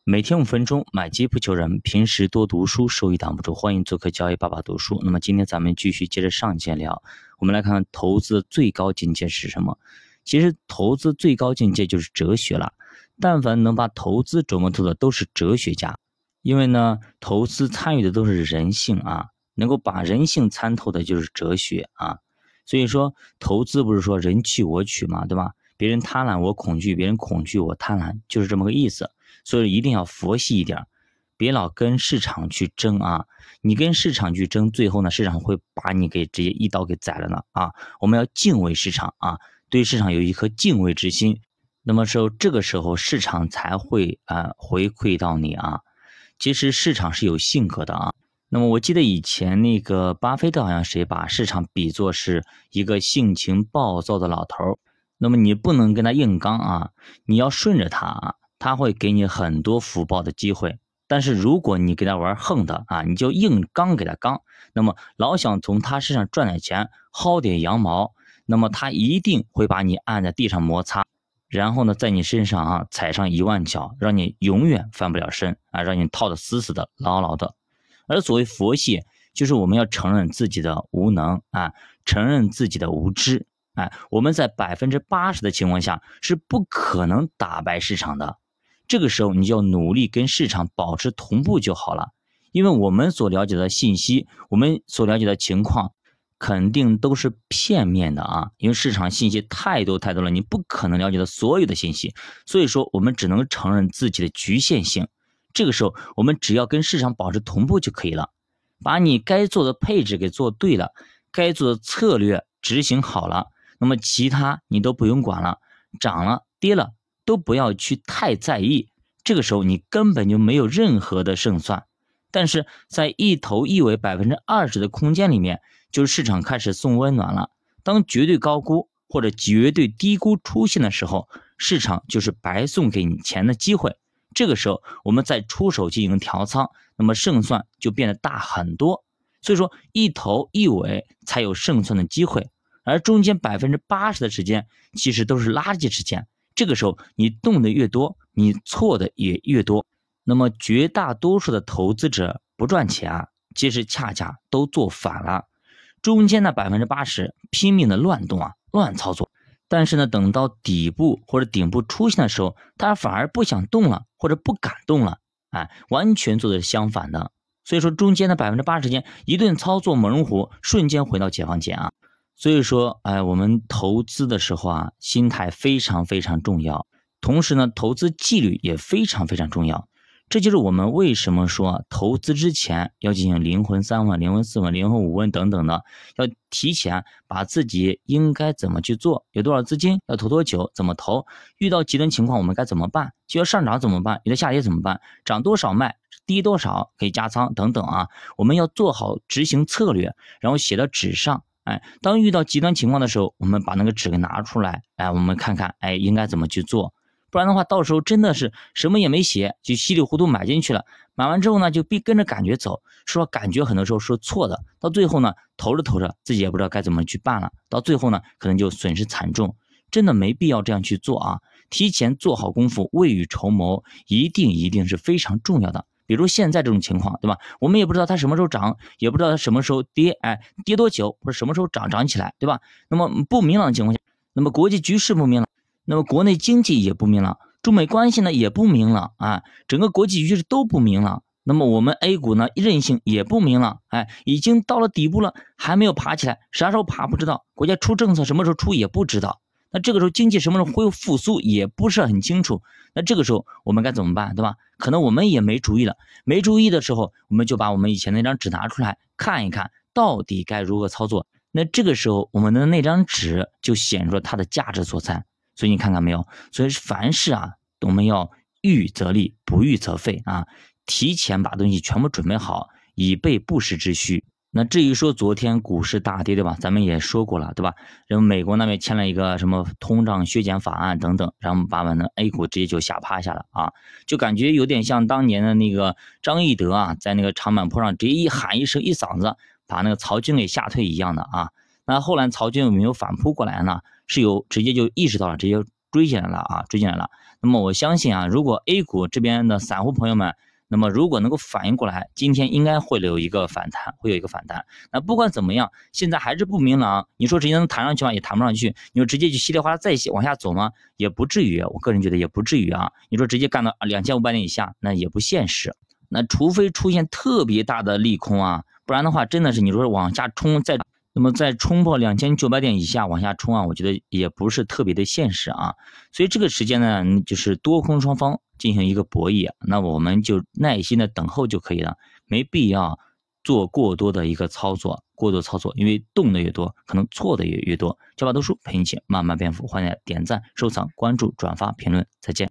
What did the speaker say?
每天5分钟，买基不求人。平时多读书，收益挡不住。欢迎做客交易爸爸读书。那么今天咱们继续接着上节聊，我们来看看投资的最高境界是什么。其实投资最高境界就是哲学了。但凡能把投资琢磨透的都是哲学家，因为呢，投资参与的都是人性啊，能够把人性参透的就是哲学啊。所以说，投资不是说人去我取嘛，对吧？别人贪婪我恐惧，别人恐惧我贪婪，就是这么个意思。所以一定要佛系一点，别老跟市场去争啊！你跟市场去争，最后呢，市场会把你给直接一刀给宰了呢啊！我们要敬畏市场啊，对市场有一颗敬畏之心。那么这个时候市场才会回馈到你啊。其实市场是有性格的啊。那么我记得以前那个巴菲特好像谁把市场比作是一个性情暴躁的老头，那么你不能跟他硬刚啊，你要顺着他啊。他会给你很多福报的机会，但是如果你给他玩横的啊，你就硬刚给他刚，那么老想从他身上赚点钱，薅点羊毛，那么他一定会把你按在地上摩擦，然后呢，在你身上踩上10000脚，让你永远翻不了身啊，让你套得死死的、牢牢的。而所谓佛系，就是我们要承认自己的无能啊，承认自己的无知。我们在80%的情况下是不可能打败市场的。这个时候你就要努力跟市场保持同步就好了，因为我们所了解的信息，我们所了解的情况肯定都是片面的啊，因为市场信息太多了，你不可能了解到所有的信息，所以说我们只能承认自己的局限性。这个时候我们只要跟市场保持同步就可以了，把你该做的配置给做对了，该做的策略执行好了，那么其他你都不用管了，涨了跌了都不要去太在意，这个时候你根本就没有任何的胜算。但是在一头一尾20%的空间里面，就是市场开始送温暖了。当绝对高估或者绝对低估出现的时候，市场就是白送给你钱的机会。这个时候我们再出手进行调仓，那么胜算就变得大很多。所以说一头一尾才有胜算的机会，而中间80%的时间其实都是垃圾时间。这个时候你动的越多，你错的也越多。那么绝大多数的投资者不赚钱其实恰恰都做反了。中间的80%拼命的乱动乱操作，但是呢，等到底部或者顶部出现的时候，他反而不想动了，或者不敢动了，完全做的是相反的。所以说中间的80%时间一顿操作猛龙虎，瞬间回到解放前所以说，我们投资的时候心态非常非常重要，同时呢，投资纪律也非常非常重要。这就是我们为什么说投资之前要进行灵魂3问、灵魂4问、灵魂5问等等的，要提前把自己应该怎么去做，有多少资金，要投多久，怎么投，遇到极端情况我们该怎么办，就要上涨怎么办，遇到下跌怎么办，涨多少卖，低多少可以加仓等等我们要做好执行策略，然后写到纸上。当遇到极端情况的时候，我们把那个纸给拿出来，我们看看，应该怎么去做。不然的话，到时候真的是什么也没写，就稀里糊涂买进去了。买完之后呢，就跟着感觉走，说感觉很多时候是错的，到最后呢，投着自己也不知道该怎么去办了，到最后呢，可能就损失惨重。真的没必要这样去做提前做好功夫，未雨绸缪，一定是非常重要的。比如现在这种情况，对吧？我们也不知道它什么时候涨，也不知道它什么时候跌，跌多久或者什么时候涨起来，对吧？那么不明朗的情况下，那么国际局势不明朗，那么国内经济也不明朗，中美关系呢也不明朗整个国际局势都不明朗。那么我们 A 股呢韧性也不明朗，已经到了底部了，还没有爬起来，啥时候爬不知道，国家出政策什么时候出也不知道。那这个时候经济什么时候会复苏也不是很清楚，那这个时候我们该怎么办，对吧？可能我们也没主意了，没注意的时候，我们就把我们以前那张纸拿出来看一看，到底该如何操作。那这个时候我们的那张纸就显出了它的价值所在。所以你看看没有，所以凡事我们要预则立，不预则废提前把东西全部准备好，以备不时之需。那至于说昨天股市大跌，对吧？咱们也说过了，对吧？然后美国那边签了一个什么通胀削减法案等等，然后把我们的 A 股直接就吓趴下了就感觉有点像当年的那个张翼德在那个长坂坡上直接一喊一声一嗓子，把那个曹军给吓退一样的那后来曹军有没有反扑过来呢？是有直接就意识到了，直接追进来了啊，追进来了。那么我相信啊，如果 A 股这边的散户朋友们，那么如果能够反应过来，今天应该会有一个反弹，会有一个反弹。那不管怎么样，现在还是不明朗。你说直接能弹上去吗？也弹不上去。你说直接就稀里哗啦再往下走吗？也不至于。我个人觉得也不至于啊。你说直接干到2500点以下，那也不现实。那除非出现特别大的利空啊，不然的话，真的是你说往下冲那么再冲破2900点以下往下冲啊，我觉得也不是特别的现实啊。所以这个时间呢，就是多空双方进行一个博弈，那我们就耐心的等候就可以了，没必要做过多的一个操作，因为动的越多，可能错的也越多。教爸读书陪你一起慢慢变富，欢迎点赞、收藏、关注、转发、评论，再见。